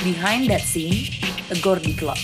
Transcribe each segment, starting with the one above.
Behind That Scene, A Gordy Club.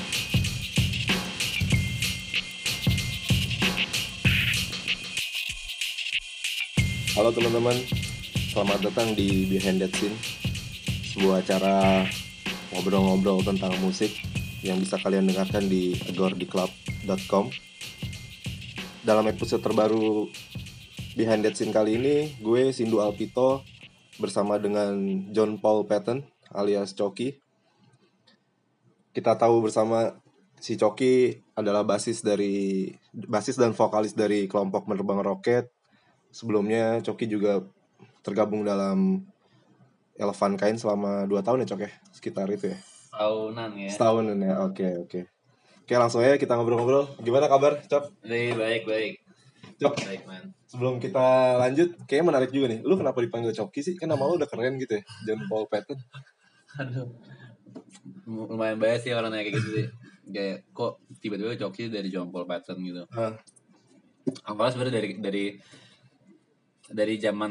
Halo teman-teman, selamat datang di Behind That Scene, sebuah acara ngobrol-ngobrol tentang musik yang bisa kalian dengarkan di agordyclub.com. Dalam episode terbaru Behind That Scene kali ini, gue Sindu Alpito bersama dengan John Paul Patton alias Coki. Kita tahu bersama si Coki adalah basis dan vokalis dari kelompok Menerbang Roket. Sebelumnya Coki juga tergabung dalam Elephant Kain selama 2 tahun ya Cok ya? Sekitar itu ya? Setahunan ya, oke. Oke, langsung aja kita ngobrol-ngobrol. Gimana kabar Cok? Baik. Cok, Baik man. sebelum kita lanjut, kayaknya menarik juga nih. Lu kenapa dipanggil Coki sih? Kan nama lu udah keren gitu ya, John Paul Patton. Aduh, lumayan banyak sih orang kayak gitu sih. Kayak kok tiba-tiba Coki dari John Paul Patton gitu. Awalnya sebenarnya dari zaman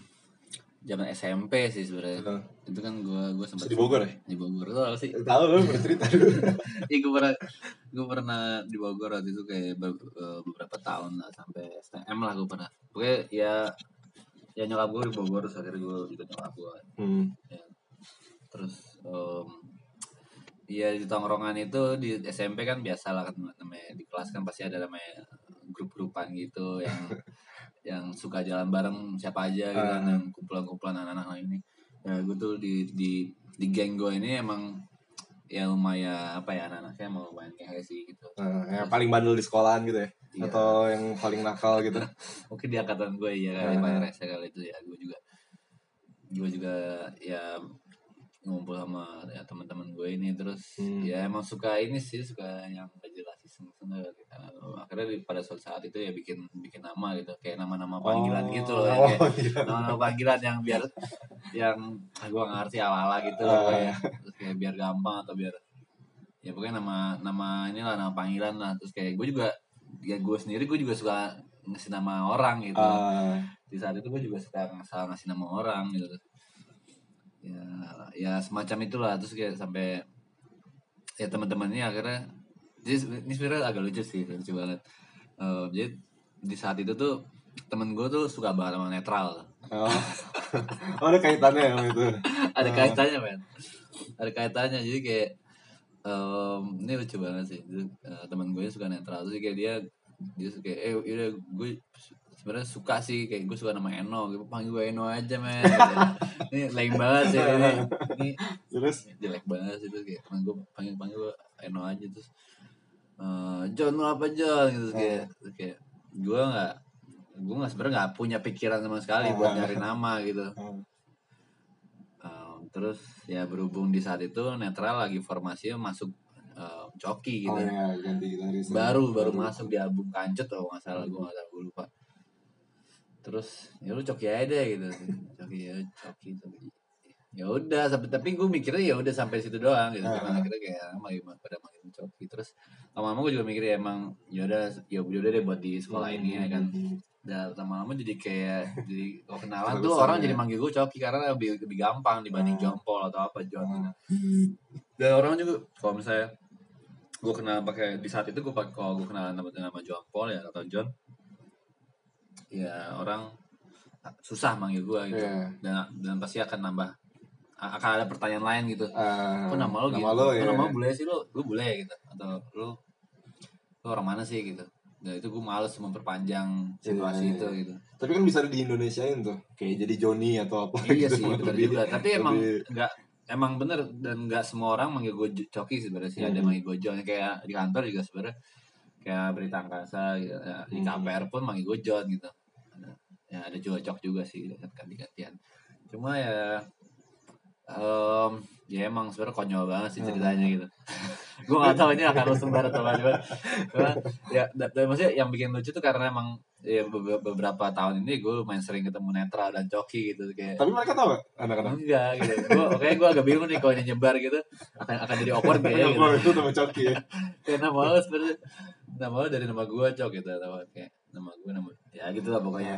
SMP sih sebenarnya. Itu kan gue sempat di Bogor ya? Di Bogor tuh apa sih? Tahu lu bercerita dulu. Iya gue pernah di Bogor waktu itu kayak beberapa tahun lah, sampai STM lah gue pernah. Pokoknya ya nyokap gue di Bogor, terus akhirnya gue juga nyokap gue. Ya. Terus ya di tongkrongan itu di SMP kan biasa lah kan, namanya di kelas kan pasti ada namanya grup-grupan gitu yang suka jalan bareng siapa aja gitu kan, yang kumpulan-kumpulan anak-anak ini. Ya gue tuh di geng gue ini emang ya lumayan anak-anaknya mau main kayak sih gitu. Yang paling bandel di sekolahan gitu ya? Iya. Atau yang paling nakal gitu? Mungkin di angkatan gue ya kali, paling rese kali itu ya. Gue juga ya ngumpul sama ya teman-teman gue ini, terus ya emang suka yang gak jelas iseng akhirnya pada suatu saat itu ya bikin nama gitu, kayak nama-nama panggilan gitu loh, nama-nama panggilan yang biar yang gue gak ngerti ala-ala gitu loh, kayak biar gampang atau biar ya pokoknya nama inilah, nama panggilan lah. Terus kayak gue juga ya gue sendiri juga suka ngasih nama orang gitu. Di saat itu gue juga suka ngasih nama orang gitu. Ya semacam itulah. Terus kayak sampai ya teman-temannya akhirnya, jadi ini sebenarnya agak lucu banget. Jadi di saat itu tuh temen gue tuh suka banget sama netral. Ada kaitannya sama itu? Ada kaitannya men. Ada kaitannya, jadi kayak ini lucu banget sih. Temen gue suka netral, terus kayak dia suka yaudah gue sebenarnya suka sih, kayak gue suka nama Eno, gue panggil gue Eno aja men. Ini lame banget sih ini terus jelek banget sih, terus kayak temen gue panggil gue Eno aja. Terus John lu apa John gitu, kayak gue sebenarnya nggak punya pikiran sama sekali buat nyari nama gitu. Terus ya berhubung di saat itu netral lagi formasinya masuk Coki gitu. Ganti gitaris. Baru masuk di album Kancut atau nggak salah, gue lupa. Terus ya lu Coki aja deh gitu. Coki. Ya udah, tapi gue mikirnya ya udah sampai situ doang gitu. Cuman akhirnya kayak pada manggil Coki. Terus lama-lama gue juga mikir emang ya udah deh buat di sekolah ini ya kan. Dan lama-lama jadi kalau kenalan tuh orang jadi manggil gue Coki karena lebih gampang dibanding John Paul atau apa John gitu. Dan orang juga kalau misalnya gue kenal pakai di saat itu, kalau gue kenalan nama John Paul ya atau John, ya orang susah manggil gue gitu. Dan pasti akan ada pertanyaan lain gitu. Kok nama lo gitu? Nama lo bule sih lo? Gue bule gitu. Atau lo orang mana sih gitu. Dan itu gue males memperpanjang situasi itu gitu. Tapi kan bisa di Indonesiain tuh, kayak jadi Joni atau apa. Iya gitu, sih benar juga. Tapi emang bener, dan nggak semua orang manggil gue Coki sebenarnya sih. Ada manggil gue John, kayak di kantor juga sebenarnya, kayak Berita Angkasa gitu, ya, di KPR pun manggil gue John gitu. Ada juga Cok juga sih, ganti-gantian. Cuma ya ya emang sebenarnya konyol banget sih ceritanya gitu. Gue nggak tahu ini akan lu sebar atau apa, cuma ya maksudnya yang bikin lucu tuh karena emang ya beberapa tahun ini gue main sering ketemu netral dan Coki gitu kayak. Tapi mereka tahu gak anak-anak? Enggak gitu. Gue agak bingung nih kalau nyebar gitu akan jadi awkward kayak gitu. Itu nama Coki ya. Kayak nama lo sebenarnya dari nama gue Cok gitu, atau kayak nama gue ya gitu lah pokoknya.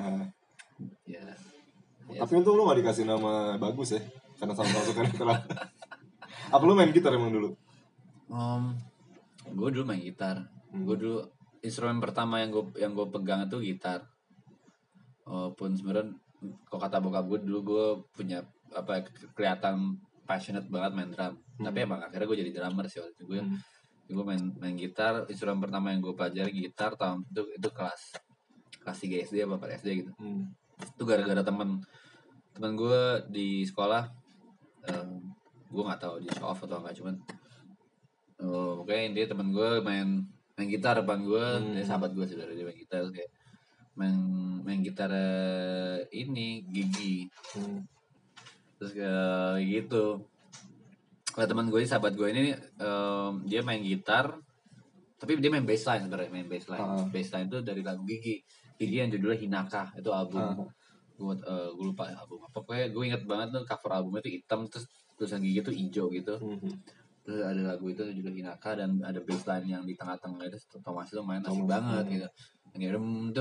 Tapi untung lu gak dikasih nama bagus ya, karena sama-sama suka netral. Apa lu main gitar emang dulu? Gue dulu main gitar. Gue dulu instrumen pertama yang gue pegang itu gitar. Walaupun sebenarnya kalau kata bokap gue dulu gue punya apa kelihatan passionate banget main drum. Tapi emang akhirnya gue jadi drummer sih waktu itu. Gue main gitar. Instrumen pertama yang gue pelajari gitar tahun itu kelas 3 SD apa 4 SD gitu. Itu gara-gara teman gue di sekolah. Gue nggak tahu di show off atau enggak, cuman pokoknya dia teman gue main gitar depan gue. Dia sahabat gue sih, dari dia main gitar kayak main gitar ini gigi. Terus kayak gitu. Kalau teman gue, sahabat gue ini dia main gitar tapi dia main bassline sebenarnya, bassline itu dari lagu Gigi yang judulnya Hinaka, itu album. Gue lupa album apa, pokoknya gue inget banget tuh cover albumnya itu hitam, terus tulisan Gigi tuh hijau gitu. Terus ada lagu itu judul Hinaka dan ada bassline yang di tengah-tengah itu Thomas itu main asik banget gitu. Yang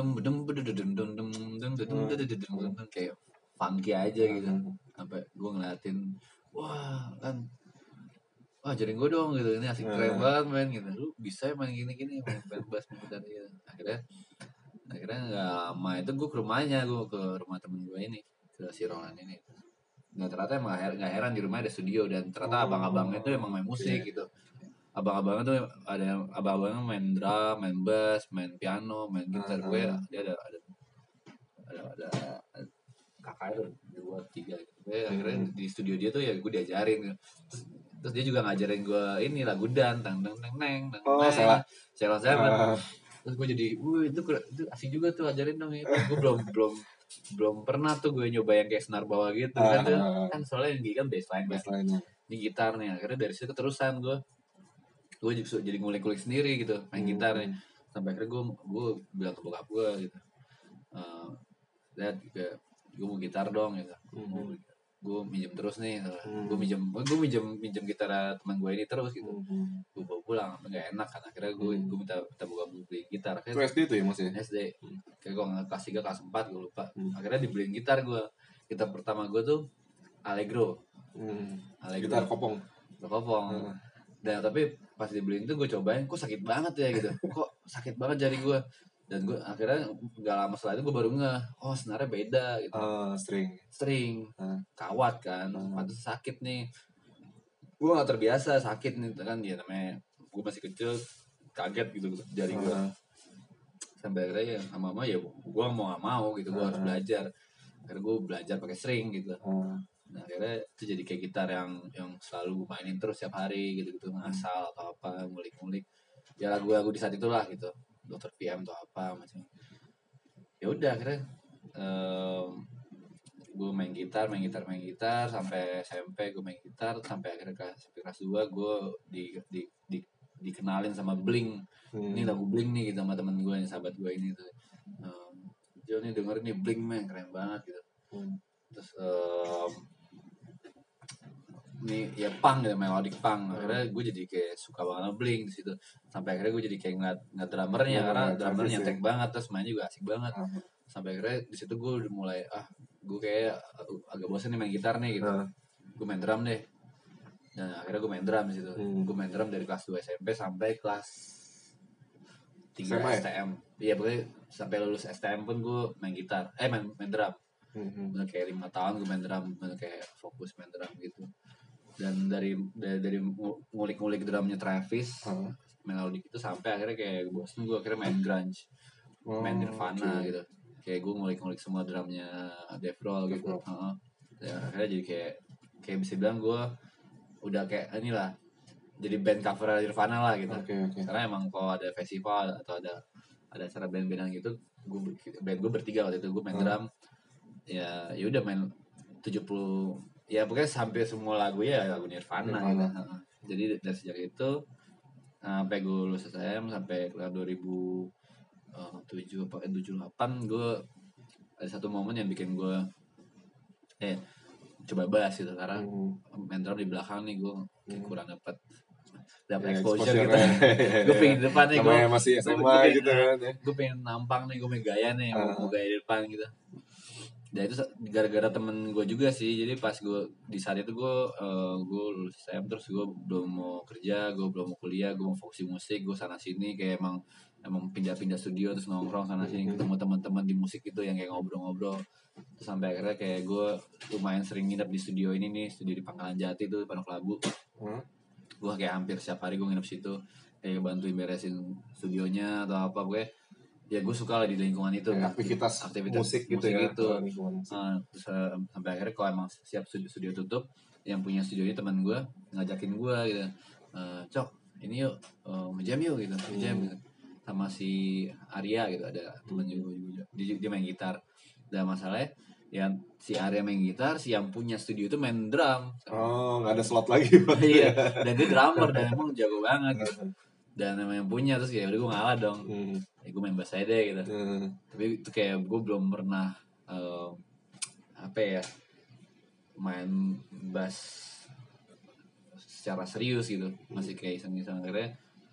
kayak funky aja gitu. Sampai gue ngeliatin, wah jaring gue dong gitu, ini asik keren banget main gitu. Lu bisa main gini-gini, main bass gitar gitu. Akhirnya nggak lama itu gue ke rumahnya, ke rumah temen gue ini, ke si Roland ini. Nah ternyata emang nggak heran di rumahnya ada studio, dan ternyata abang-abangnya itu emang main musik gitu. Abang-abangnya tuh ada abang-abangnya main drum, main bass, main piano, main gitar. Gue dia ada kakaknya tuh 2, 3 gitu. Gue akhirnya di studio dia tuh ya gue diajarin gitu. Terus dia juga ngajarin gue ini lagu dan Ceylon Seven. Terus gue jadi, itu asik juga tuh, ajarin dong itu. Gue belum pernah tuh gue nyoba yang kayak senar bawah gitu kan tuh. Kan soalnya yang kan bassline. Ini gitar nih, akhirnya dari situ keterusan gue jadi ngulik-ngulik sendiri gitu main gitar nih. Sampai akhirnya gue bilang ke bokap gue gitu, Dad, gue mau gitar dong gitu. Gue minjem terus nih, gue minjem gitar teman gue ini terus gitu. Gue bawa pulang, nggak enak kan. Akhirnya gue minta bokap gue beli gitar. Itu SD tuh ya mas ya? SD, kayak gue kelas 3 kelas 4 gue lupa. Akhirnya dibeliin gitar gue. Gitar pertama gue tuh Allegro. Gitar kopong. Dan tapi pas dibeliin tuh gue cobain, kok sakit banget ya gitu. Kok sakit banget jari gue. Dan gue akhirnya gak lama setelah itu gue baru ngeh, sebenarnya beda gitu. String kawat kan, pantas sakit nih. Gue gak terbiasa sakit nih kan, ya namanya gue masih kecil, kaget gitu jari gue. Sampai akhirnya ya sama-sama ya gue mau gak mau gitu, gue harus belajar. Akhirnya gue belajar pakai string gitu. Nah akhirnya itu jadi kayak gitar yang selalu gue mainin terus tiap hari gitu ngasal atau apa, ngulik-ngulik ya lagu-lagu di saat itulah gitu, Dr. PM atau apa macam. Ya udah akhirnya gue main gitar sampai SMP. Gue main gitar sampai akhirnya kelas 2 gue dikenalin sama Blink. Ini lagu Blink nih gitu sama temen gue, sahabat gue ini tuh. Jo nih dengerin nih Blink, man, keren banget gitu. Terus ini ya punk gitu, melodic punk. Akhirnya gue jadi kayak suka banget Blink di situ. Sampai akhirnya gue jadi kayak ngeliat drummernya, karena drummernya nyetek banget, terus mainnya juga asik banget. Sampai akhirnya di situ gue udah mulai gue kayak agak bosan nih main gitar nih gitu. Gue main drum deh. Dan akhirnya gue main drum di situ. Gue main drum dari kelas 2 SMP sampai kelas 3 STM. Iya pokoknya sampai lulus STM pun gue main gitar. Main drum. Bener kayak 5 tahun gue main drum, bener kayak fokus main drum gitu. Dan dari ngulik-ngulik drumnya Travis, melodic itu, sampai akhirnya kayak bosen gue, akhirnya main grunge, main Nirvana gitu. Kayak gue ngulik-ngulik semua drumnya Dave Grohl gitu. Ya, akhirnya jadi kayak bisa bilang gue udah kayak inilah, jadi band cover Nirvana lah gitu. Karena emang kalau ada festival atau ada acara band-bandan gitu, band gue bertiga waktu itu, gue main drum. Ya udah main 70, ya pokoknya hampir semua lagu ya lagu Nirvana. Gitu. Jadi dari sejak itu sampai gue lulus STM sampai kelas 2007 atau 78, gue ada satu momen yang bikin gue coba bass gitu, karena main drum di belakang nih gue kayak kurang dapat exposure gitu. Gue pengen di depan nih, gue masih SMA gitu kan. Gue pengen nampang nih, gue pengen gaya nih, mau gaya di depan gitu. Dan itu gara-gara temen gue juga sih. Jadi pas gue di saat itu gue lulus SM, terus gue belum mau kerja, gue belum mau kuliah, gue mau fokus di musik, gue sana sini kayak emang pindah-pindah studio terus nongkrong sana sini ketemu teman-teman di musik itu yang kayak ngobrol-ngobrol. Terus sampai akhirnya kayak gue lumayan sering nginep di studio ini nih, studio di Pangkalan Jati tuh, Pondok Labu. Gue kayak hampir setiap hari gue nginep situ, kayak bantuin beresin studionya atau apa gue. Ya gue suka lah di lingkungan itu, aktivitas musik gitu ya, lingkungan musik. Terus sampai akhirnya kalau emang siap studio tutup, yang punya studio ini teman gue ngajakin gue gitu, Cok ini yuk ngejam yuk gitu, ngejam gitu sama si Arya gitu, ada temen juga dia main gitar. Dan masalahnya ya si Arya main gitar, si yang punya studio itu main drum. Nggak ada slot lagi. Iya, dan dia drummer dan emang jago banget gitu. Dan emang yang punya, terus ya udah gue ngalah dong. Ya gue main bass aja deh gitu. Tapi itu kayak gue belum pernah apa ya, main bass secara serius gitu, masih kayak iseng-iseng. Akhirnya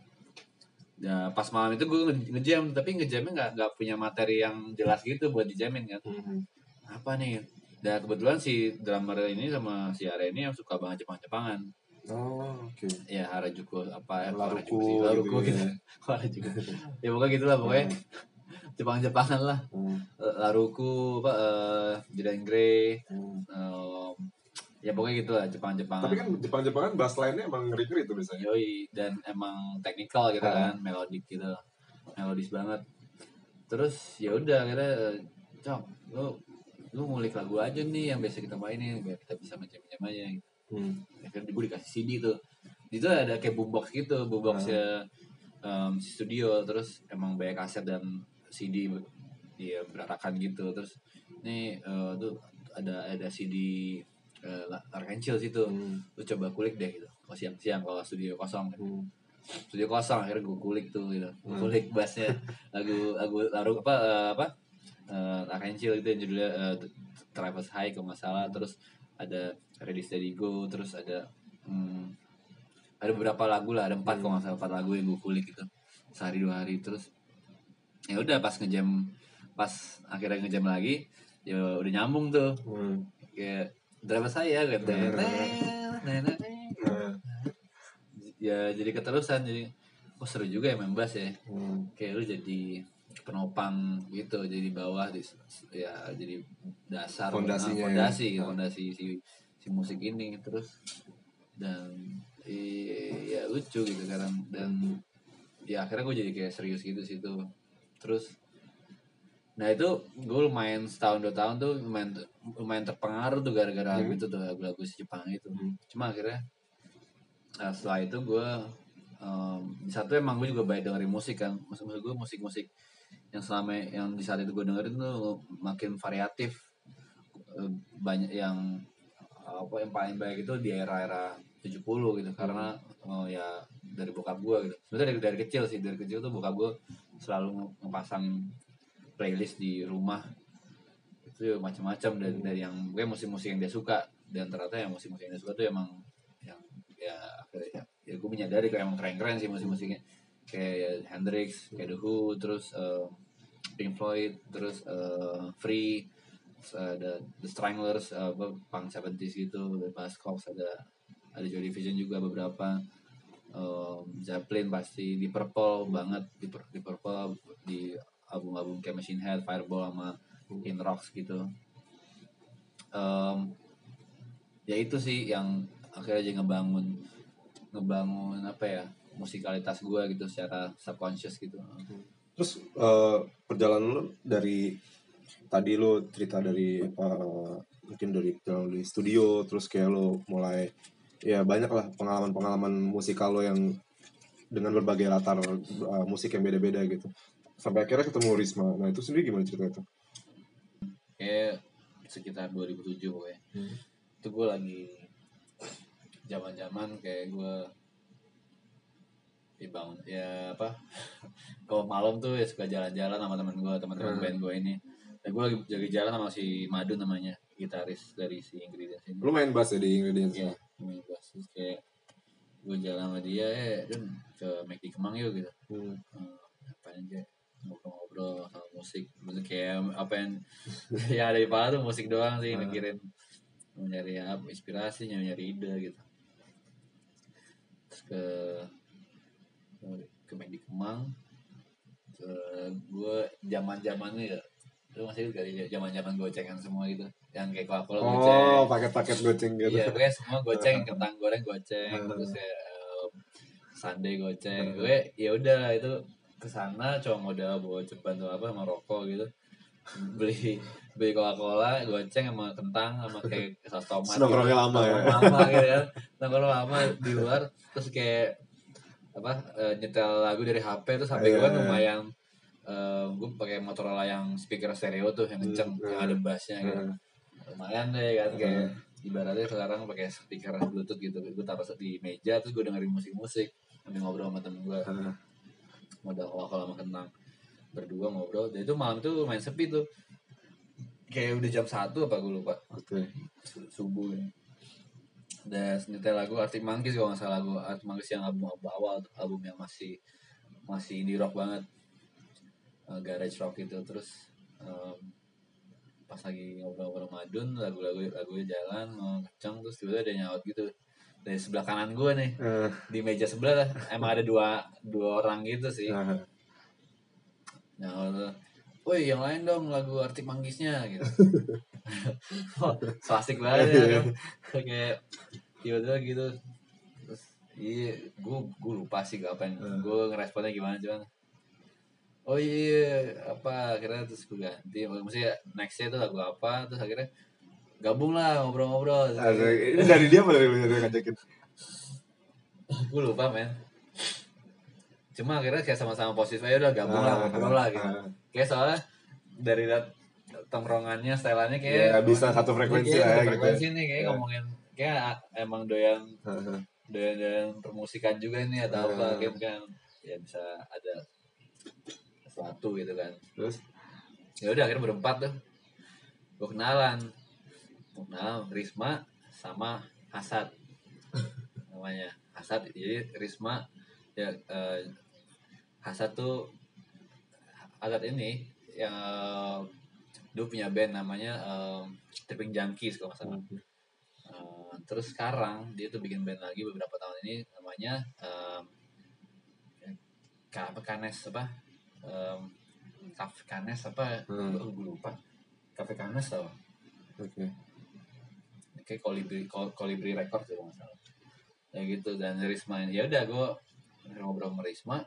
ya pas malam itu gue ngejam, tapi ngejamnya nggak punya materi yang jelas gitu buat dijamin kan. Apa nih, dan kebetulan si drummer ini sama si Are ini yang suka banget Jepang-Jepangan. Oke. Ya Harajuku apa Laruku gitu. Harajuku. Ya pokoknya gitulah pokoknya. Jepang-Jepangan lah. Laruku apa Jiren Grey. Ya pokoknya gitu lah, Jepang-Jepangan. Tapi kan Jepang-Jepangan bass line-nya emang ngeri-ngeri tuh biasanya. Yoi, dan emang teknikal gitu kan, melodik gitu. Melodis banget. Terus ya udah akhirnya, Cok, lu ngulik lagu aja nih yang biasa kita mainin biar kita bisa macam-macam aja gitu. Akhirnya gue dikasih CD tuh. Itu ada kayak boombox gitu, boomboxnya studio, terus emang banyak kaset dan CD dia berarakan gitu. Terus nih tuh ada CD Arkansas situ. Lu coba kulik deh gitu. Kalau siang-siang kalau studio kosong kan. Studio kosong akhirnya gue kulik tuh gitu. Kulik bassnya lagu laru apa Arkansas gitu yang judulnya Traverse High kalau nggak salah. Terus ada Ready Steady Go, terus ada beberapa lagu lah, ada 4 kalau nggak salah, 4 lagu yang gue kulik gitu sehari 2 hari. Terus ya udah pas akhirnya ngejam lagi ya udah nyambung tuh. Kayak drama saya gitu ya, jadi keterusan, jadi seru juga ya main bass ya. Kayak lu jadi penopang gitu, jadi bawah ya, jadi dasar fondasi si musik ini. Terus dan ya lucu gitu sekarang, dan ya akhirnya gue jadi kayak serius gitu situ. Terus nah itu gue lumayan setahun 2 tahun tuh lumayan terpengaruh tuh gara-gara gitu tuh lagu-lagu si Jepang itu. Cuma akhirnya setelah itu gue di satu emang gue juga banyak dengerin musik kan, maksud gue musik-musik yang di saat itu gue dengerin tuh makin variatif. Banyak yang yang paling baik itu di era-era 70 gitu, karena ya dari bokap gue gitu. Sebenarnya dari kecil tuh bokap gue selalu ngepasang playlist di rumah itu macam-macam, dari yang gue musik-musik yang dia suka, dan ternyata yang musik-musik yang dia suka tuh emang yang ya akhirnya ya gue menyadari kayak emang keren-keren sih musik-musiknya, kayak Hendrix, kayak The Who, terus Pink Floyd, terus Free, terus ada The Stranglers, punk 70s gitu, The Buzzcocks, ada Joy Division juga beberapa, Zeppelin pasti, di Purple banget, di Purple, di album-album kayak Machine Head, Fireball sama In Rocks gitu. Ya itu sih yang akhirnya aja ngebangun apa ya, musikalitas gue gitu secara subconscious gitu. Terus perjalanan lo dari tadi lo cerita dari mungkin dari studio, terus kayak lo mulai ya banyak lah pengalaman musikal lo yang dengan berbagai latar musik yang beda-beda gitu, sampai akhirnya ketemu Risma. Nah itu sendiri gimana cerita itu? Kayak sekitar 2007 pokoknya. Itu gue lagi zaman kayak gue dibangun ya apa kalau malam tuh ya suka jalan-jalan sama teman-teman band gue ini. Dan gue lagi jalan sama si Madu namanya, gitaris dari si Ingredients ini. Lu main bass ya di Ingredients? Iya, main bass. Terus kayak gue jalan sama dia, dan ke McD Kemang yuk gitu. Apa aja ngobrol-ngobrol sama musik. Maksudnya kayak apa yang ya ada di kepala tuh musik doang sih, mikirin mau nyari apa inspirasi, nyari ide gitu. Terus ke Medik Kemang, gue zaman-zamannya ya, lu masih juga ya zaman-zaman gocengan semua gitu, yang kayak Coca-Cola goceng. Paket-paket goceng gitu. Iya, gue semua goceng, kentang goreng goceng, terus kayak sundae goceng. Gue ya udah itu kesana cuma modal bawa ceban tuh apa sama rokok gitu. Beli beli Coca-Cola goceng sama kentang sama kayak saus tomat gitu. Nongkrongnya lama ya. Nongkrong lama gitu kan. Nongkrong lama di luar terus kayak apa nyetel lagu dari HP terus HP gue kan lumayan gue pakai Motorola yang speaker stereo tuh yang kenceng yang ada bassnya gitu. Lumayan deh kan kayak ibaratnya sekarang pakai speaker bluetooth gitu, gue taruh di meja terus gue dengerin musik sambil ngobrol sama temen gue, modal Coca-Cola sama kentang, berdua ngobrol. Dan itu malam tuh main sepi tuh, kayak udah jam 1 apa gue lupa, subuh ya. Dan nyetel lagu Arctic Monkeys kalau nggak salah, lagu Arctic Monkeys yang album awal, album yang masih indie rock banget, garage rock itu. Terus pas lagi ngobrol-ngobrol madun, lagunya jalan mau kenceng, terus tiba-tiba ada nyaut gitu dari sebelah kanan gue nih, di meja sebelah lah, emang ada dua orang gitu sih. Nah, woi yang lain dong lagu Arctic Monkeys-nya gitu. So asik banget ya kan. Kayak tiba-tiba gitu. Terus iya, gue lupa sih ngapain. Gue ngeresponnya gimana cuman. Oh iya, apa akhirnya terus gue ganti. Maksudnya nextnya itu lagu apa, terus akhirnya gabung lah ngobrol-ngobrol. Ini dari dia apa dari lu yang ngajakin? Gue lupa men. Cuma akhirnya kayak sama-sama positif aja udah gabung lah ngobrol lah gitu. Kayak soalnya dari tongkrongannya, stylannya kayak ya, bisa satu frekuensi lah ya gitu. Frekuensi nih kayak ngomongin kayak emang doyan permusikan juga nih atau apa kayak kan ya bisa ada sesuatu gitu kan. Terus ya udah akhirnya berempat tuh gue kenal Risma sama Hasad namanya. Hasad, jadi Risma ya Hasad tuh Hasad ini yang dulu punya band namanya Tripping Junkies kalau nggak salah. Terus sekarang dia tuh bikin band lagi beberapa tahun ini namanya Kanes apa Cafe Canes apa gue lupa. Cafe Canes tau. Kayak Kolibri Records ya kalau nggak salah. Ya gitu. Dan Risma ya udah gue ngobrol sama Risma.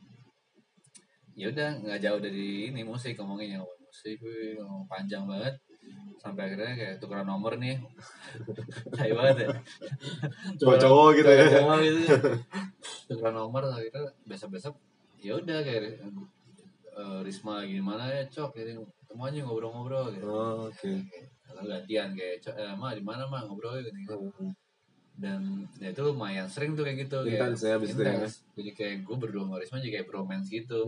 Ya udah nggak jauh dari ini musik, ngomongin musik, ngomong panjang banget sampai akhirnya kayak tukeran nomor nih. Kayak banget ya. Cowok-cowok gitu ya. Cowok gitu. Tukeran nomor akhirnya besok ya udah kayak Risma lagi di mana ya cok, jadi ketemu aja ngobrol-ngobrol gitu. Lalu gantian kayak mah di mana mah ngobrol gitu. Dan ya itu lumayan sering tuh kayak gitu, intens ya abis itu ya. Jadi kayak gue berdua sama Risma juga kayak bromance gitu.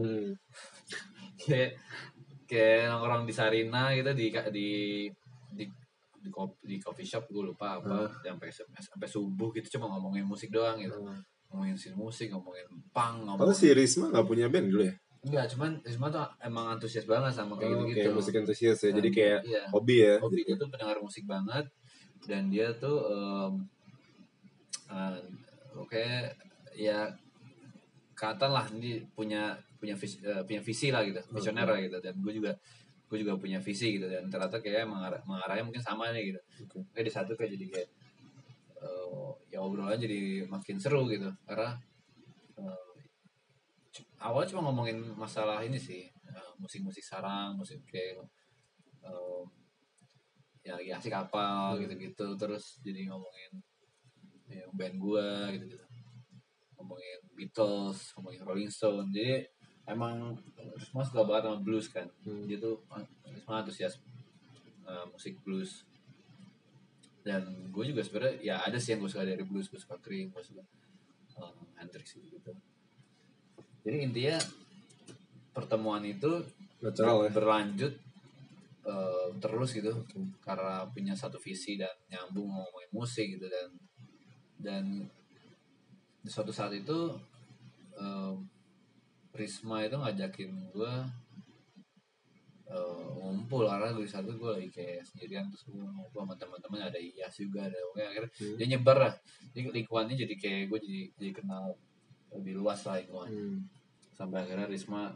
kayak nongkrong di Sarina gitu di coffee shop gue lupa apa sampai subuh gitu cuma ngomongin musik doang gitu. Ngomongin musik, ngomongin punk, Kalau si Risma nggak punya band dulu ya? Enggak, cuman Risma tuh emang antusias banget sama kayak gitu-gitu. Kayak musik antusias ya, jadi kayak hobi ya. Hobi dia tuh pendengar musik banget, dan dia tuh ya kata lah ini punya visi lah gitu, visioner lah gitu. Dan gue juga punya visi gitu, dan ternyata kayak mengarahnya mungkin sama nih gitu. Kayak di satu kayak jadi kayak ya obrolan jadi makin seru gitu karena awalnya cuma ngomongin masalah ini sih, musik-musik sarang, musik kayak ya lagi asik apa gitu-gitu. Terus jadi ngomongin ya, band gua gitu-gitu, ngomongin Beatles, ngomongin Rolling Stone. Jadi emang semua suka banget sama blues kan. Dia tuh semua antusias musik blues. Dan gue juga sebenarnya ya ada sih yang gue suka dari blues, gue suka Cream, gue suka Hendrix gitu. Jadi intinya pertemuan itu berlanjut terus gitu karena punya satu visi dan nyambung ngomongin musik gitu. Dan di suatu saat itu Risma itu ngajakin gue ngumpul karena gue di satu gue lagi kayak sendirian, terus gue ngumpul sama teman-teman, ada Iyas juga, ada oke, akhirnya dia nyebar lah, jadi lingkungannya jadi kayak gue jadi kenal lebih luas lah lingkungan. Sampai akhirnya Risma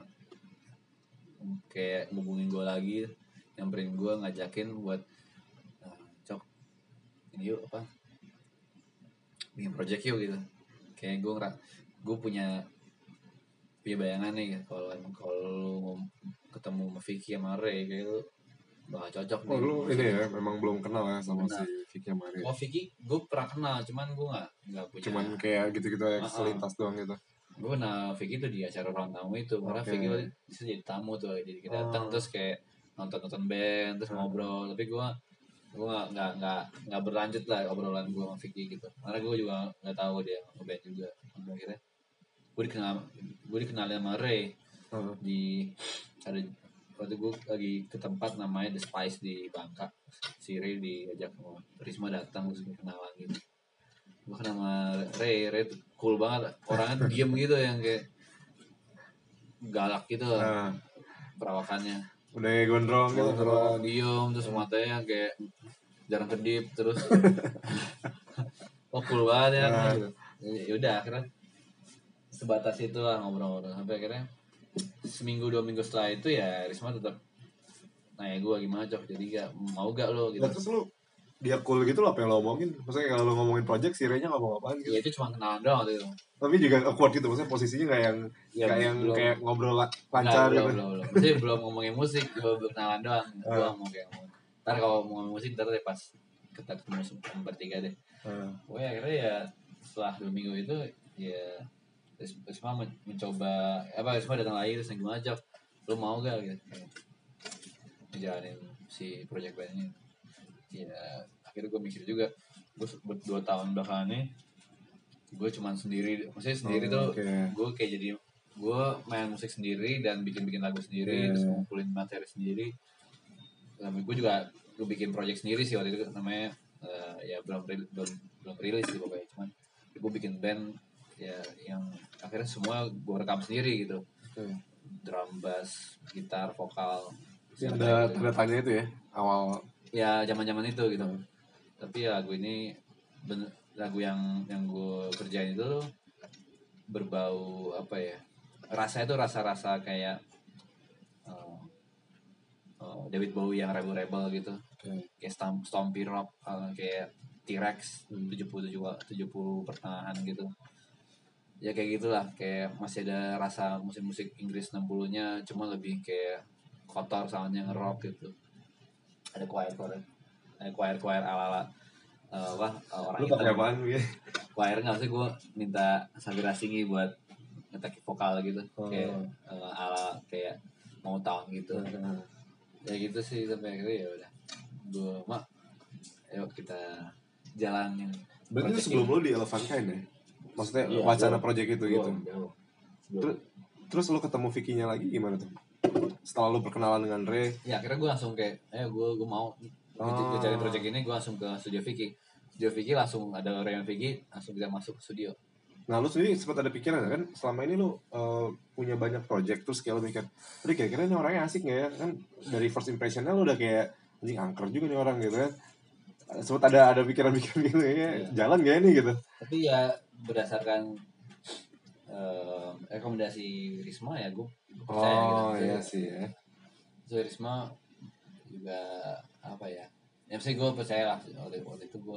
kayak ngubungin gue lagi, nyamperin gue, ngajakin buat Cok ini yuk apa bikin project yuk gitu. Kayak gue punya bayangan nih kalau lu ketemu sama Vicky sama Ray kayak lu bakal cocok nih. Lu ini ya memang belum kenal ya sama si Vicky sama Ray. Oh Vicky gue pernah kenal, cuman gue nggak punya. Cuman kayak gitu-gitu ya, selintas doang gitu. Gue kenal Vicky tuh di acara ruang tamu itu, karena Vicky bisa jadi tamu tuh, jadi kita datang terus kayak nonton band terus ngobrol, tapi gue nggak berlanjut lah obrolan gue sama Vicky gitu, karena gue juga nggak tahu dia ngeband juga. Akhirnya gue dikenalin sama Ray di ada waktu gue lagi ke tempat namanya The Spice di Bangka, si Ray diajak sama Risma datang terus kenalan gitu. Gue kenal sama Ray tuh cool banget, orangnya tuh diem gitu, yang kayak galak gitu perawakannya, udah gondrong gitu, diem terus matanya kayak jarang kedip terus oh cool banget ya gitu. Yaudah akhirnya sebatas itu lah ngobrol-ngobrol, sampai akhirnya seminggu 2 minggu setelah itu ya Risma tetap nanya gue gimana Cok, jadi gak mau gak lo gitu. Nah, terus lu dia cool gitu loh apa yang lo omongin, maksudnya kalau lo ngomongin project si Ray-nya ngomong apaan gitu? Ya itu cuma kenalan doang waktu itu, tapi juga awkward gitu, maksudnya posisinya nggak yang kayak ngobrol lancar gitu. Maksudnya belum ngomongin musik, belum kenalan doang. Gue ngomong kayak ntar kalau mau ngomongin musik ntar deh pas kita ketemu bertiga deh. Akhirnya ya setelah 2 minggu itu ya Risma mencoba Risma datang lagi terus gimana Cok, lo mau gak gitu ngejalanin si project band ini. Ya akhirnya gue mikir juga, gue 2 tahun belakangan ini gue cuman sendiri, maksudnya sendiri tuh gue kayak jadi gue main musik sendiri dan bikin lagu sendiri, terus ngumpulin materi sendiri. Gue juga gue bikin project sendiri sih waktu itu, namanya ya belum rilis sih pokoknya, cuman gue bikin band ya yang akhirnya semua gue rekam sendiri gitu, drum, bass, gitar, vokal. Ada tanda tanya itu ya awal ya zaman itu gitu. Tapi ya lagu ini lagu yang gue kerjain itu berbau apa ya, rasanya tuh rasa kayak David Bowie yang rebel gitu, kayak stompy rock, kayak T-Rex 70 pertengahan gitu ya, kayak gitulah, kayak masih ada rasa musik Inggris 60-nya, cuma lebih kayak kotor soundnya, nge-rock gitu. Ada choir ala orang lu pakai apaan ya? Choir nggak sih, gue minta Sabira Singhi buat ngetek vokal gitu, kayak ala kayak mau tahun gitu. Ya gitu sih, sampai akhirnya ya udah gue ayo kita jalanin. Berarti itu sebelum lo di Elephant Kind ya? Maksudnya wacana project itu gitu. Terus lo ketemu Vicky-nya lagi gimana tuh? Setelah lo perkenalan dengan Ray? Ya akhirnya gue langsung kayak, gue mau cari project ini, gue langsung ke studio Vicky. Studio Vicky langsung ada Ray dan Vicky, langsung kita masuk ke studio. Nah lo sendiri sempat ada pikiran kan, selama ini lo punya banyak project, terus kayak lo mikir, aduh kira-kira ini orangnya asik gak ya? Kan dari first impressionnya lo udah kayak, anjing angker juga nih orang gitu kan. Sempat ada pikiran-pikiran gitu ya, jalan gak ini gitu. Tapi ya berdasarkan rekomendasi Risma ya gue percaya gitu. Iya sih ya. So Risma juga apa ya, mesti gue percaya lah. Waktu itu gue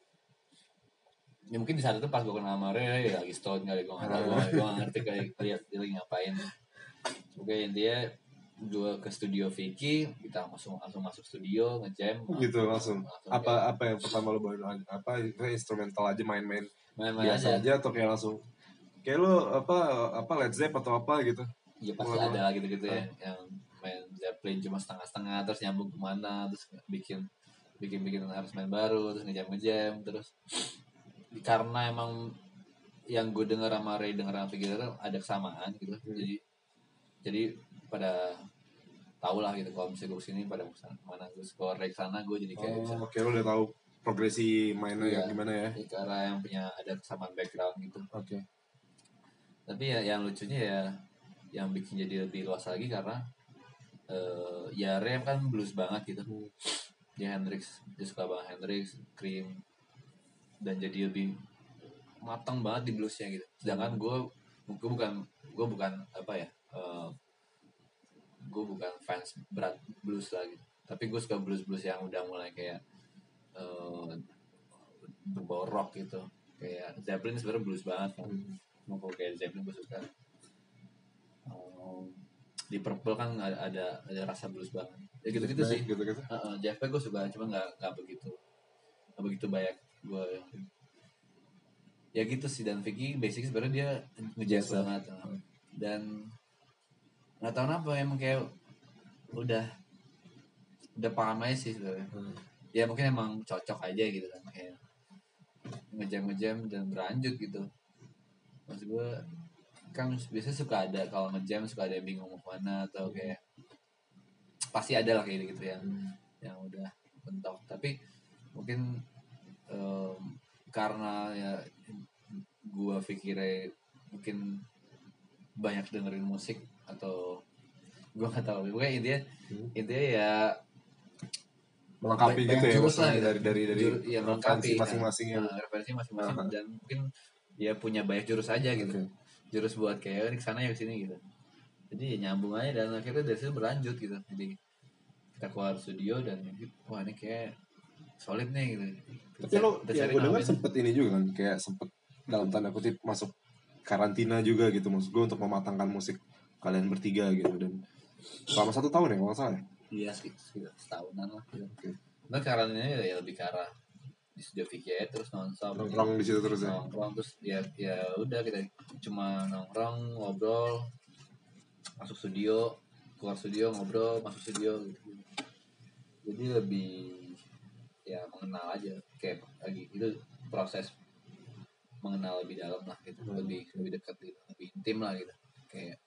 ya mungkin di saat itu pas gue kenal sama Ray ya lagi stone kali, gue nggak tahu, gue nggak ngerti kayak lihat dia lagi ngapain. Oke, intinya gue ke studio Vicky, kita langsung masuk studio ngejam gitu langsung apa yang pertama lo bawain, apa instrumental aja, main biasa aja atau kayak langsung kayak lo apa Led Zepp atau apa gitu? Ya pasti ada lah gitu ya, yang main Zeppelin cuma setengah terus nyambung kemana, terus bikin harus main baru, terus ngejam terus. Karena emang yang gue dengar sama Ray, dengar sama Vicky itu ada kesamaan gitu, jadi pada tahu lah gitu kalau misalnya gue kesini pada mana, gue kalau Ray kesana gue jadi kayak bisa. Oke, lo udah tahu progresi mainnya gimana ya? Karena yang punya ada kesamaan background gitu. Oke. Tapi ya yang lucunya ya yang bikin jadi lebih luas lagi karena ya Rem kan blues banget gitu. Dia Hendrix, dia suka banget Hendrix, Cream, dan jadi lebih matang banget di bluesnya gitu. Sedangkan gue bukan apa ya, gue bukan fans berat blues lah gitu. Tapi gue suka blues yang udah mulai kayak berbau rock gitu. Kayak Zeppelin sebenarnya blues banget kan. Mau kayak Zeppelin gue suka. Di Purple kan ada rasa blues banget. Ya gitu-gitu sih. Gitu-gitu. Jeff Beck gue suka, cuma nggak begitu banyak gue. Ya gitu sih, dan Vicky basic sebenarnya dia ngejazz banget. Dan nggak tahu kenapa emang kayak udah paham aja sih sebenarnya. Ya mungkin emang cocok aja gitu kan, kayak ngejam dan berlanjut gitu. Maksud gue kan biasanya suka ada, kalau ngejam suka ada yang bingung mau kemana, atau kayak pasti ada lah kayak gitu yang udah mentok. Tapi mungkin karena ya gue pikirnya mungkin banyak dengerin musik, atau gue nggak tahu, gue intinya ya melengkapi gitu ya, jurus lah gitu. dari ya, referensi masing-masing ya. Referensi masing-masing, dan mungkin ya punya banyak jurus aja gitu. Jurus buat kayak ini kesana ya kesini gitu. Jadi ya nyambung aja, dan akhirnya dari situ berlanjut gitu. Jadi kita keluar studio dan wah ini kayak solid nih gitu. Tapi lo yang gue dengar sempet ini juga kan, kayak sempet dalam tanda kutip masuk karantina juga gitu, maksud gue, untuk mematangkan musik kalian bertiga gitu, dan selama 1 tahun ya kalau nggak salah ya. Iya sih, setahunan lah gitu. Nah karantinanya ya lebih ke arah di studio VK terus nongkrong di situ terus ya. Nongkrong terus ya udah, kita cuma nongkrong, ngobrol, masuk studio, keluar studio, ngobrol, masuk studio gitu. Jadi lebih ya mengenal aja, kayak lagi itu proses mengenal lebih dalam lah gitu, lebih dekat gitu, lebih intim lah gitu, kayak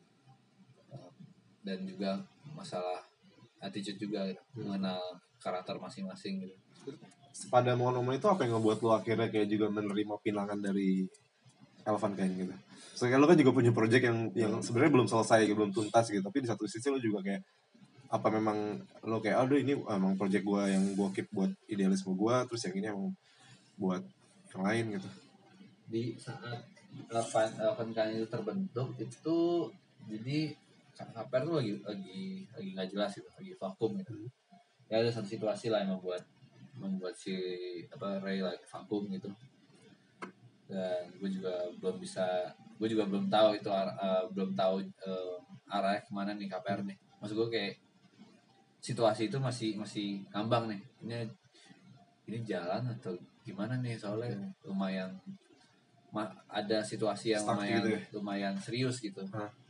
dan juga masalah attitude juga gitu, mengenal karakter masing-masing gitu. Pada momen itu apa yang ngebuat lo akhirnya kayak juga menerima pinangan dari Elvan kayak gitu? Soalnya lo kan juga punya project yang sebenarnya belum selesai, belum tuntas gitu, tapi di satu sisi lo juga kayak apa, memang lo kayak aduh ini emang project gue yang gue keep buat idealisme gue, terus yang ini emang buat yang lain gitu. Di saat Elvan kan itu terbentuk itu, jadi KPR tuh lagi nggak jelas gitu, lagi vakum gitu. Ya ada satu situasi lah yang membuat si Ray lagi vakum gitu. Dan gue juga belum tahu itu arahnya kemana nih KPR nih. Maksud gue kayak situasi itu masih ngambang nih. Ini jalan atau gimana nih, soalnya lumayan ada situasi yang lumayan serius gitu.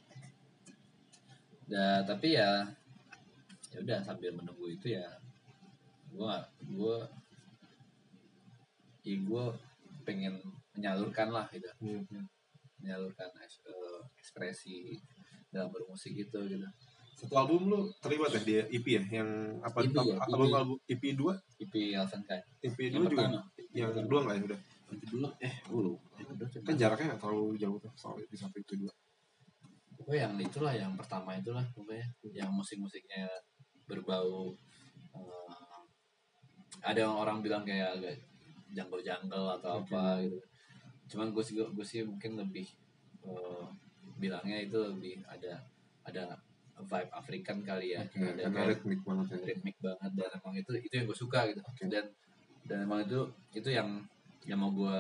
Dan tapi ya udah, sambil menunggu itu ya gue pengen menyalurkan lah gitu. Menyalurkan ekspresi dalam bermusik gitu. Satu album lu terlibat ya di EP ya, yang apa EP ya, album EP 2? EP Elvan kan. EP 2 juga yang kedua enggak ya udah? Dulu dulu Kan jaraknya nggak terlalu jauh tuh soalnya di satu itu 2. Oh yang itulah, yang pertama itulah pokoknya, yang musik-musiknya berbau ada yang orang bilang kayak agak jungle atau apa gitu. Cuman gue sih mungkin lebih bilangnya itu lebih ada vibe African kali ya. Ada ritmik banget dan emang itu yang gue suka gitu. Dan emang itu yang mau gue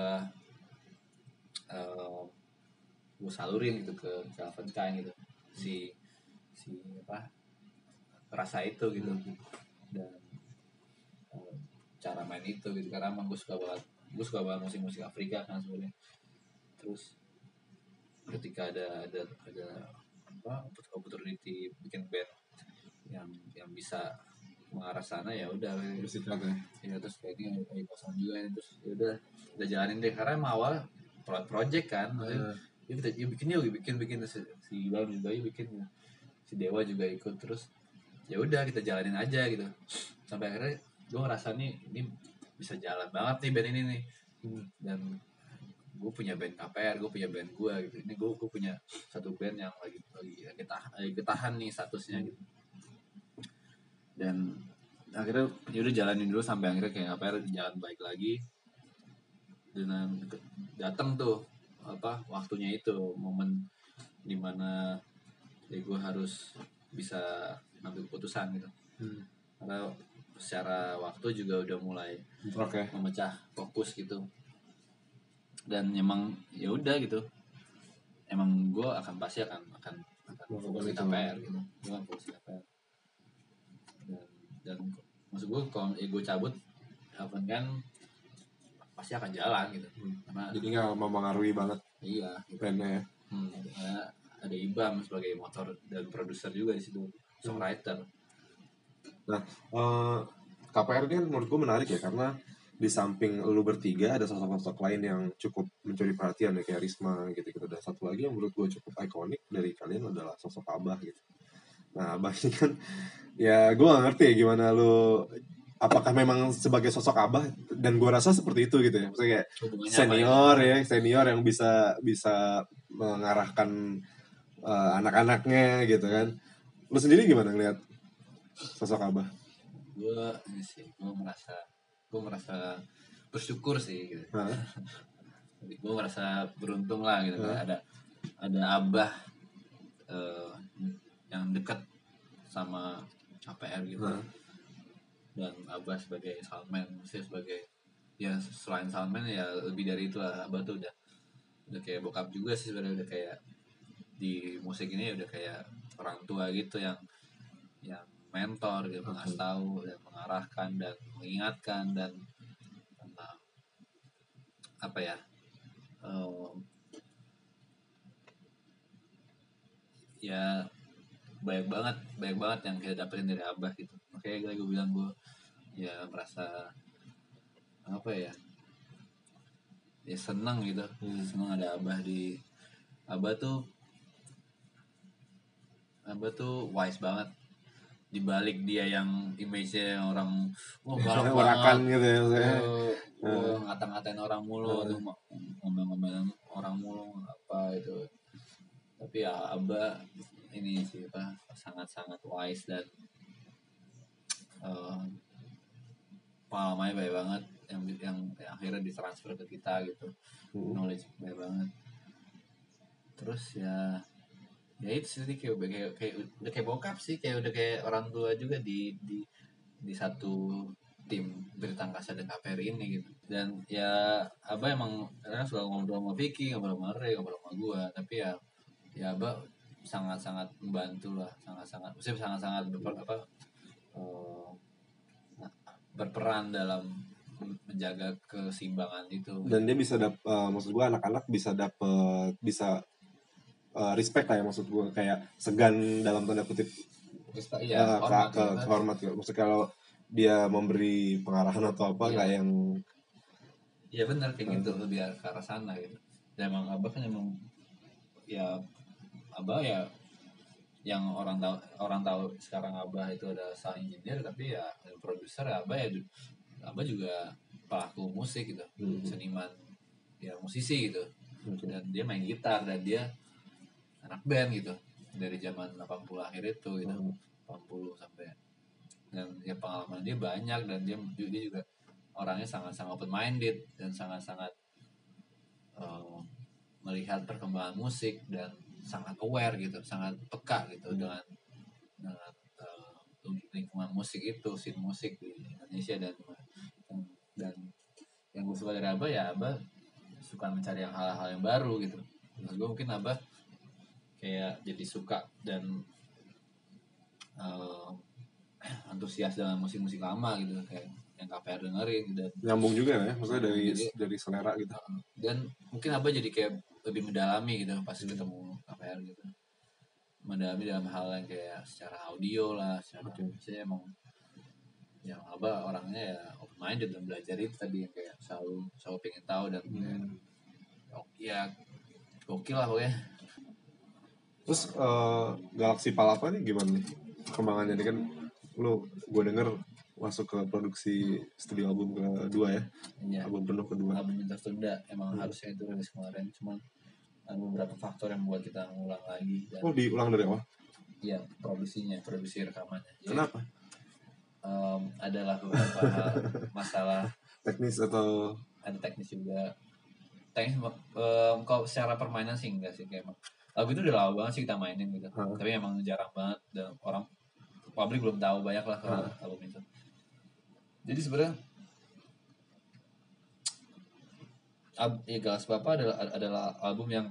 salurin gitu ke Calvin Klein gitu, si rasa itu gitu. Dan cara main itu gitu, karena emang gue suka banget musik Afrika kan sebenarnya. Terus ketika ada opportunity bikin band yang bisa mengarah sana, ya udah ya terus kayak ini lagi kosong juga ya, terus ya udah jalanin deh, karena emang awal project kan, maksudnya bikin si Bang juga bikin, si Dewa juga ikut, terus ya udah kita jalanin aja gitu, sampai akhirnya gue ngerasa nih ini bisa jalan banget nih band ini nih. Dan gue punya band KPR, gue punya band gue gitu, ini gue punya satu band yang lagi ketahan nih statusnya gitu. Dan akhirnya ya udah jalanin dulu sampai akhirnya kayak KPR jalan baik lagi. Dan datang tuh waktunya itu, momen dimana ya gue harus bisa ngambil keputusan gitu. Karena secara waktu juga udah mulai memecah fokus gitu. Dan emang ya udah gitu, emang gue pasti akan fokus di KPR gitu. Gue akan fokus di KPR. Dan maksud gue kalau gue cabut Haven kan pasti akan jalan gitu. Karena jadi nggak mempengaruhi banget iya gitu. bandnya ya. Karena ada Ibam sebagai motor dan produser juga di situ, songwriter. Nah, KPR ini kan menurut gue menarik ya, karena di samping lu bertiga ada sosok-sosok lain yang cukup mencuri perhatian ya, kayak Risma gitu-gitu. Dan satu lagi yang menurut gue cukup ikonik dari kalian adalah sosok Abah gitu. Nah, Abah ini kan ya gue gak ngerti ya gimana lu, apakah memang sebagai sosok Abah, dan gue rasa seperti itu gitu ya, maksudnya kayak senior yang bisa mengarahkan anak-anaknya gitu kan. Lu sendiri gimana ngeliat sosok Abah? Gue merasa bersyukur sih gitu. Gue merasa beruntung lah gitu. Ada Abah yang dekat sama KPR gitu. Dan Abah sebagai soundman, maksudnya sebagai ya selain soundman ya lebih dari itu lah. Abah tuh udah kayak bokap juga sih sebenarnya, udah kayak di musik ini udah kayak orang tua gitu yang mentor gitu, ngasih tahu dan mengarahkan dan mengingatkan dan apa ya, ya banyak banget yang kita dapetin dari Abah gitu. Makanya gue bilang gue ya merasa apa ya senang gitu. Senang ada Abah di Abah tuh wise banget. Di balik dia yang image-nya yang orang galak banget gitu ya, ngata-ngatain orang mulu, ngomel-ngomelin orang mulu apa itu. Tapi ya Abah ini sih sangat-sangat wise dan pengalamannya baik banget yang akhirnya ditransfer ke kita gitu. Knowledge baik banget. Terus ya itu sih kayak bokap sih, udah kayak orang tua juga di satu tim Berita Angkasa dan KPR ini gitu. Dan ya Abah emang kadang suka ngobrol sama Vicky, ngobrol sama Ray, ngobrol sama gua, tapi ya Abah sangat-sangat membantu lah, sangat-sangat berperan dalam menjaga keseimbangan itu. Dan dia bisa maksud gua anak-anak bisa respect lah ya, maksud gue kayak segan dalam tanda kutip, hormat gitu. Maksudnya kalau dia memberi pengarahan atau apa kayak yang ya benar kayak gitu, lebih ke arah sana gitu. Dan emang Abah kan emang ya Abah ya yang orang tahu sekarang Abah itu ada sound engineer, tapi ya produser ya Abah juga pelaku musik gitu, seniman ya, musisi gitu. Dan dia main gitar dan dia anak band gitu dari zaman 80 akhir itu gitu, 80 sampai. Dan ya pengalaman dia banyak, dan dia juga orangnya sangat-sangat open minded dan sangat-sangat melihat perkembangan musik dan sangat aware gitu, sangat peka gitu dengan lingkungan musik itu, scene musik di Indonesia. Dan yang gue suka dari Abah ya Abah suka mencari hal-hal yang baru gitu. Menurut gue mungkin Abah kayak jadi suka dan antusias dengan musik-musik lama gitu, kayak yang KPR dengerin, dan nyambung juga ya, maksudnya dari selera gitu. Dan mungkin Abah jadi kayak lebih mendalami gitu pas ketemu KPR gitu, mendalami dalam hal yang kayak secara audio lah, secara saya emang yang Abah orangnya ya open minded dan belajar itu tadi, yang kayak selalu pengen tahu dan ya gokil lah pokoknya. Terus Galaxy Palapa nih gimana nih perkembangannya? Ini kan gue denger masuk ke produksi studio album kedua ya, album penuh kedua. Album yang tertunda, emang harusnya itu rilis kemarin, cuman ada beberapa faktor yang membuat kita ngulang lagi. Diulang dari awal? Iya, produksi rekamannya. Kenapa? adalah beberapa hal masalah teknis atau ada teknis juga teknis kalau secara permainan sih enggak sih kayak emang lagu itu udah lama banget sih kita mainin gitu tapi emang jarang banget dan orang publik belum tahu banyak lah kalau album itu jadi sebenarnya ya Galas Papa adalah album yang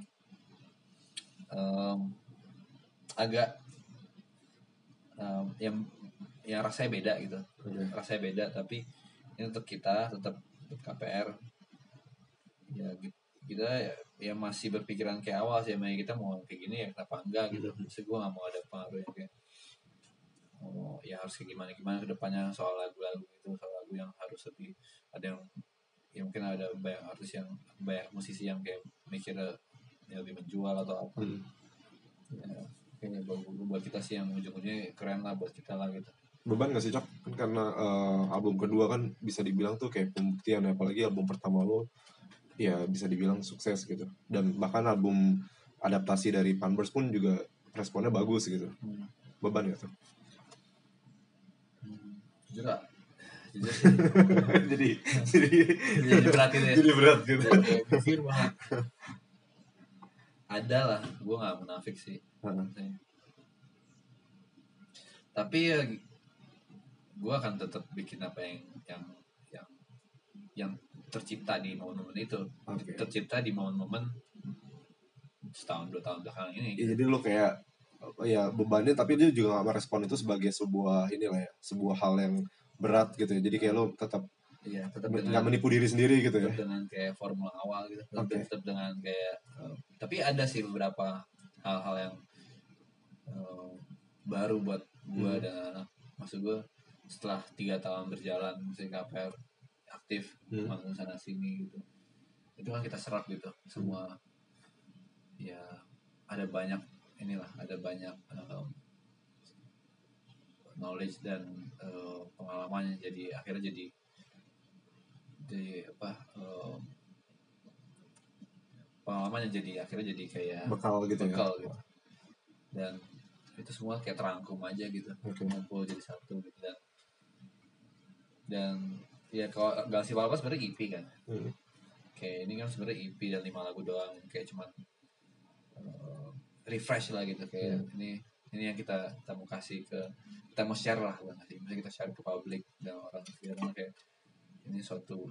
agak yang rasanya beda gitu rasanya beda tapi ini untuk kita tetap untuk KPR ya kita ya masih berpikiran kayak awal sih makanya kita mau kayak gini ya kenapa enggak gitu terus gue nggak mau ada pengaruh yang kayak ya harus kayak gimana gimana kedepannya soal lagu-lagu itu soal lagu yang harus lebih ada yang ya mungkin ada banyak artis yang banyak musisi yang kayak mikir ya lebih menjual atau apa ya, kayaknya buat kita sih yang ujung-ujungnya keren lah buat kita lah gitu. Beban gak sih Cok? Kan karena album kedua kan bisa dibilang tuh kayak pembuktian, apalagi album pertama lo ya bisa dibilang sukses gitu, dan bahkan album adaptasi dari Panbers pun juga responnya bagus gitu. Beban gak tuh? Jujur gak? Jujur sih jadi berat gitu ya. Jadi berat gitu. Jujur banget. Ada lah, gue gak munafik sih. Tapi ya gue akan tetap bikin apa yang tercipta di momen-momen itu. Tercipta di momen-momen setahun 2 tahun belakangan ini. Ya, jadi lo kayak ya bebannya, tapi dia juga gak merespon itu sebagai sebuah inilah ya, sebuah hal yang berat gitu ya. Jadi kayak lo tetap nggak menipu diri sendiri gitu ya. Tetap dengan kayak formula awal gitu. Tetap dengan kayak tapi ada sih beberapa hal-hal yang baru buat gue dan anak. Maksud gue setelah 3 tahun berjalan musik KPR aktif manggung sana sini gitu. Itu kan kita serap gitu semua. Ya ada banyak knowledge dan pengalaman yang jadi akhirnya jadi pengalaman yang jadi akhirnya jadi kayak bekal gitu. Dan itu semua kayak terangkum aja gitu ngumpul jadi satu gitu dan ya kalau Galaxy Palapa sebenarnya EP kan kayak ini kan sebenarnya EP dan 5 lagu doang kayak cuman refresh lah gitu kayak ini yang kita mau kasih kita mau share lah misalnya kita share ke publik dan orang sekitar kayak ini suatu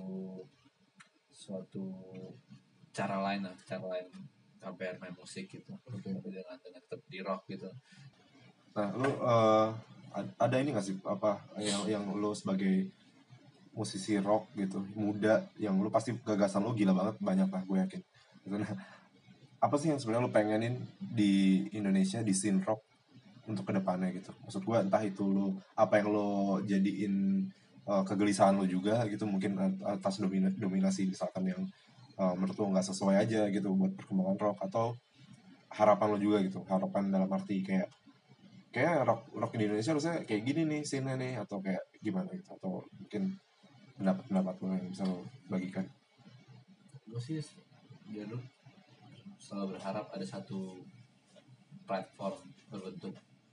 cara lain KPR main musik gitu dengan tetap di rock gitu. Nah lu ada ini nggak sih apa yang lu sebagai musisi rock gitu muda yang lu pasti gagasan lu gila banget, banyak lah gue yakin gitu. Nah apa sih yang sebenarnya lu pengenin di Indonesia di scene rock untuk kedepannya gitu? Maksud gue entah itu lu apa yang lu jadiin kegelisahan lu juga gitu, mungkin atas dominasi misalkan yang menurut lu nggak sesuai aja gitu buat perkembangan rock, atau harapan lo juga gitu, harapan dalam arti kayak rock di Indonesia harusnya kayak gini nih scene nih, atau kayak gimana gitu, atau mungkin pendapat lo yang bisa lo bagikan. Gue sih dulu selalu berharap ada satu platform berbentuk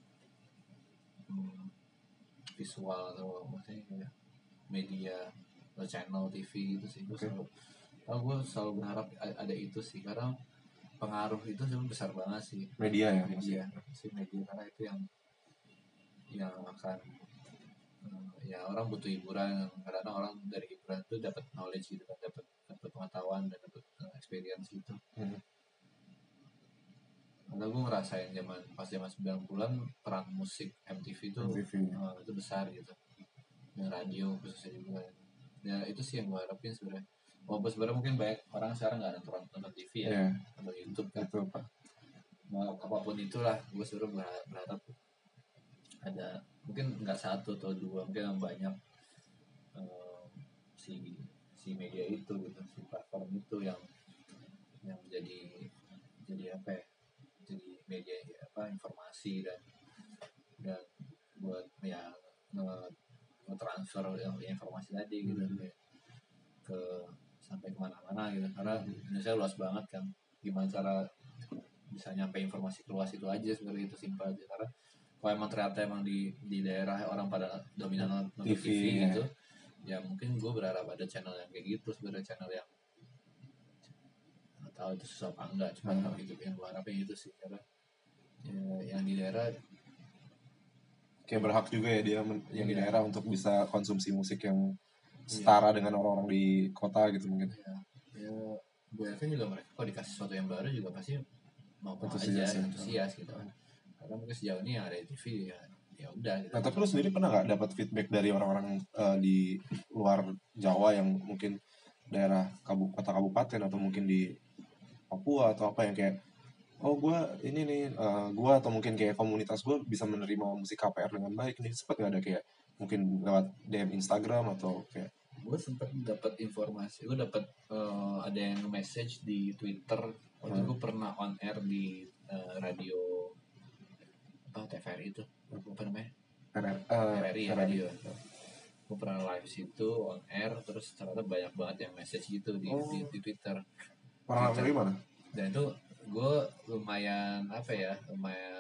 visual atau maksudnya media atau channel TV gitu sih. Gue selalu berharap ada itu sih, karena pengaruh itu sebenarnya besar banget sih media karena itu yang akan ya orang butuh hiburan, karena orang dari hiburan itu dapat knowledge gitu kan, dapat pengetahuan dan dapat experience gitu. Karena gue ngerasain pas zaman 90-an peran musik MTV itu besar gitu, dan radio khususnya juga. Ya itu sih yang gue harapin sebenarnya. Walaupun sebenarnya mungkin banyak orang sekarang nggak nonton TV ya, atau YouTube kan. Mau apapun itulah, gue sebenarnya berharap ada mungkin nggak satu atau dua, mungkin yang banyak si media itu gitu, si platform itu yang jadi apa ya, jadi media informasi dan buat ya nge-transfer yang informasi tadi gitu ke sampai kemana-mana gitu, karena Indonesia luas banget kan, gimana cara bisa nyampe informasi keluas itu aja sebenarnya, itu simpel aja, karena kalau emang ternyata emang di daerah orang pada dominan nonton TV, TV ya. gitu, ya mungkin gue berharap ada channel yang kayak gitu sebenarnya, channel yang nggak tahu itu susah apa enggak, cuman itu yang gue harapin itu sih, karena ya, yang di daerah Kayak berhak juga ya dia yang di Iya. daerah untuk bisa konsumsi musik yang setara dengan orang-orang di kota gitu mungkin. ya gue yakin juga mereka kalau dikasih sesuatu yang baru juga pasti mau Antusias aja, ya. antusias gitu kan, karena mungkin sejauh ini yang ada di TV ya udah gitu. Nah, tapi lu sendiri pernah nggak dapat feedback dari orang-orang di luar Jawa yang mungkin daerah kota kabupaten atau mungkin di Papua atau apa yang kayak gue ini nih gue atau mungkin kayak komunitas gue bisa menerima musik KPR dengan baik nih, sempat nggak ada kayak mungkin lewat DM Instagram atau kayak Gue sempet dapat informasi, gue dapat ada yang message di Twitter waktu gue pernah on air di radio apa TVRI itu apa namanya RRI ya, radio. Gue pernah live situ on air, terus ternyata banyak banget yang message gitu di Twitter. orang dari mana? Dan itu gue lumayan apa ya, lumayan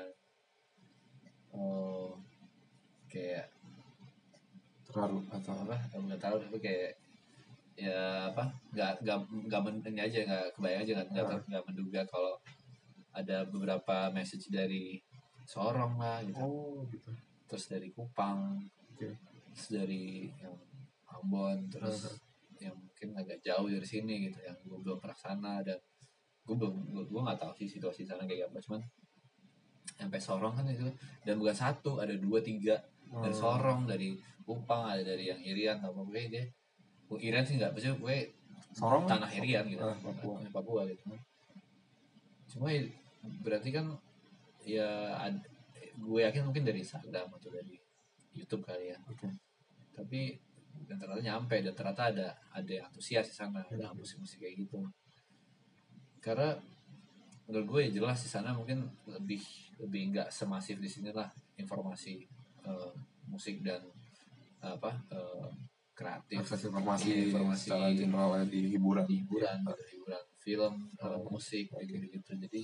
kayak Terharu atau apa, nggak tahu tapi kayak ya apa, nggak ini aja, nggak kebayang aja, nggak menduga kalau ada beberapa message dari Sorong lah gitu, gitu. terus dari Kupang, Okay. terus dari yang Ambon, terus yang mungkin agak jauh dari sini gitu, yang gue belum pernah sana, dan gue nggak tahu sih situasi sana kayak apa, cuman sampai Sorong kan itu, dan bukan satu, ada 2-3 dari Sorong, dari Kupang, ada dari yang Irian atau apa, gue dia Irian sih nggak, maksudnya gue Sorong tanah Irian gitu, Papua gitu. Cuma berarti kan ya gue yakin mungkin dari Instagram atau dari YouTube kali ya. Okay. Tapi dan ternyata nyampe, dan ternyata ada yang antusias di sana, ada musik-musik kayak gitu. Karena menurut gue ya jelas di sana mungkin lebih nggak semasif di sini lah informasi musik dan apa kreatif, akses informasi secara general di hiburan film, musik kayak gitu. Jadi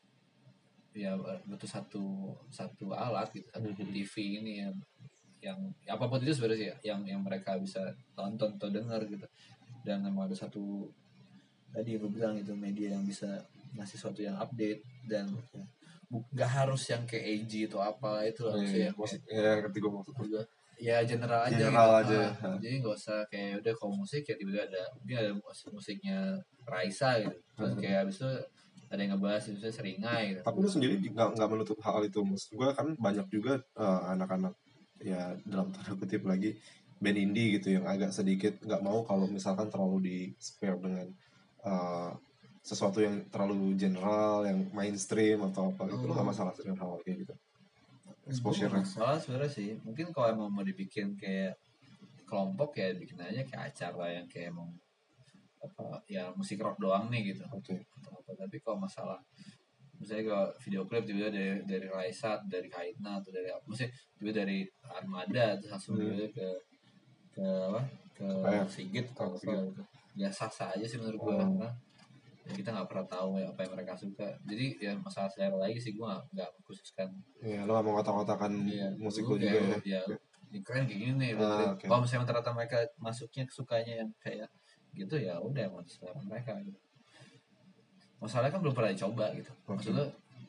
ya butuh satu alat gitu, satu TV ini yang apapun itu sebenarnya sih ya, yang mereka bisa tonton atau dengar gitu. Dan memang ada satu tadi gue bilang itu media yang bisa ngasih sesuatu yang update, dan nggak harus yang kayak AG atau apa itu lah, maksudnya ya ngerti gue maksud gue. Ya general aja gitu. Jadi nggak usah kayak udah kalau musik ya tiba-tiba mungkin ada musiknya Raisa gitu, terus kayak abis itu ada yang ngebahas misalnya Seringai gitu. Tapi lu sendiri nggak menutup hal itu, maksud gue kan banyak juga anak-anak ya dalam tanda kutip lagi band indie gitu yang agak sedikit nggak mau kalau misalkan terlalu di spare dengan sesuatu yang terlalu general, yang mainstream atau apa gitu. Lu nggak masalah dengan hal kayak gitu? Exposure masalah sebenarnya sih, mungkin kalau emang mau dibikin kayak kelompok ya bikin aja kayak acara yang kayak emang apa ya musik rock doang nih gitu. Okay. Tapi kalau masalah misalnya kalau video klip juga dari Raisa, dari Kaitna atau dari apa, maksudnya juga dari Armada terus langsung juga ke apa ke Sigit atau apa gitu. Ya sah-sah aja sih menurut gue, karena ya kita nggak pernah tahu ya apa yang mereka suka. Jadi ya masalah selera lagi sih, gue nggak khususkan. Iya, lo nggak mau ngotak-ngotakan musik lo juga ya. Ini keren kayak gini nih. Kalau misalnya ternyata mereka masuknya sukanya yang kayak gitu ya udah emang selera mereka gitu. Masalahnya kan belum pernah dicoba gitu. Maksudnya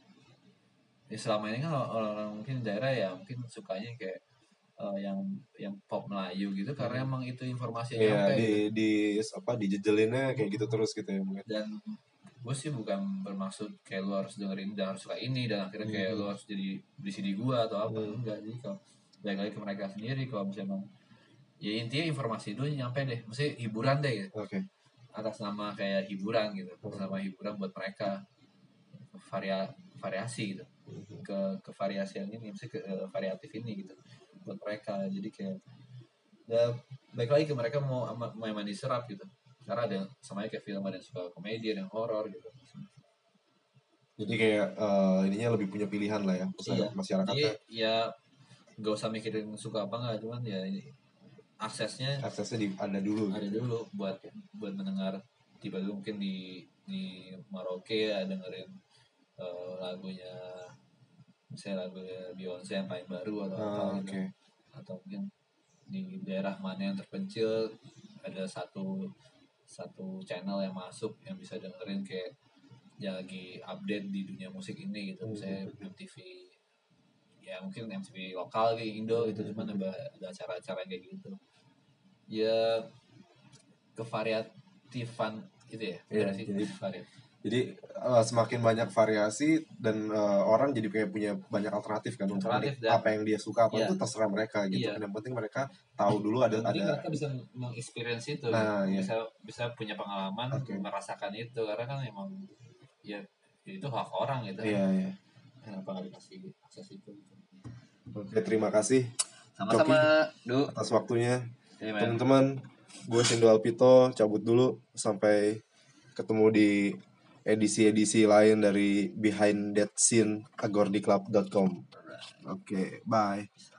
ya selama ini kan orang-orang mungkin daerah ya mungkin sukanya kayak yang pop Melayu gitu, karena emang itu informasi yang nyampe di dijejelinnya kayak gitu terus gitu ya mungkin. Dan gue sih bukan bermaksud kayak lu harus dengerin dan harus suka ini dan akhirnya kayak lu harus jadi beli CD gue atau apa, enggak. Jadi kalau balik lagi ke mereka sendiri, kalau misalnya ya intinya informasi itu nyampe deh, mesti hiburan deh gitu. Atas nama kayak hiburan gitu, atas nama hiburan buat mereka, variasi gitu, ke variasian ini, mesti ke variatif ini gitu buat mereka. Jadi kayak ya baik lagi ke mereka mau yang diserap gitu, karena ada sama kayak film, ada yang suka komedi, ada yang horor gitu. Jadi kayak ininya lebih punya pilihan lah ya masyarakatnya. Jadi ya nggak usah mikirin suka apa nggak, cuman ya aksesnya ada dulu buat mendengar. Tiba-tiba mungkin di Merauke ya dengerin lagunya misalnya lagu Beyonce yang paling baru atau apa gitu. Oke. Atau mungkin di daerah mana yang terpencil ada satu channel yang masuk yang bisa dengerin kayak dia lagi update di dunia musik ini gitu, misalnya MTV, ya mungkin MTV lokal di Indo gitu, cuman ada acara-acara kayak gitu ya, kevariatifan gitu ya. Iya, Bener sih, jadi semakin banyak variasi dan orang jadi kayak punya banyak alternatif kan untuk Alternatif dan- apa yang dia suka apa Iya. itu terserah mereka gitu. Iya. Yang penting mereka tahu dulu ada mereka bisa mengexperience itu, Nah, iya. bisa punya pengalaman, Oke. merasakan itu, karena kan emang ya itu hak orang gitu. Iya. Kenapa nggak dikasih akses itu? Oke, terima kasih Sama-sama, Du. atas waktunya. Iya, men. Teman-teman, gue Sindo Alpito cabut dulu, sampai ketemu di edisi-edisi lain dari Behind That Scene agordiclub.com. Oke, bye.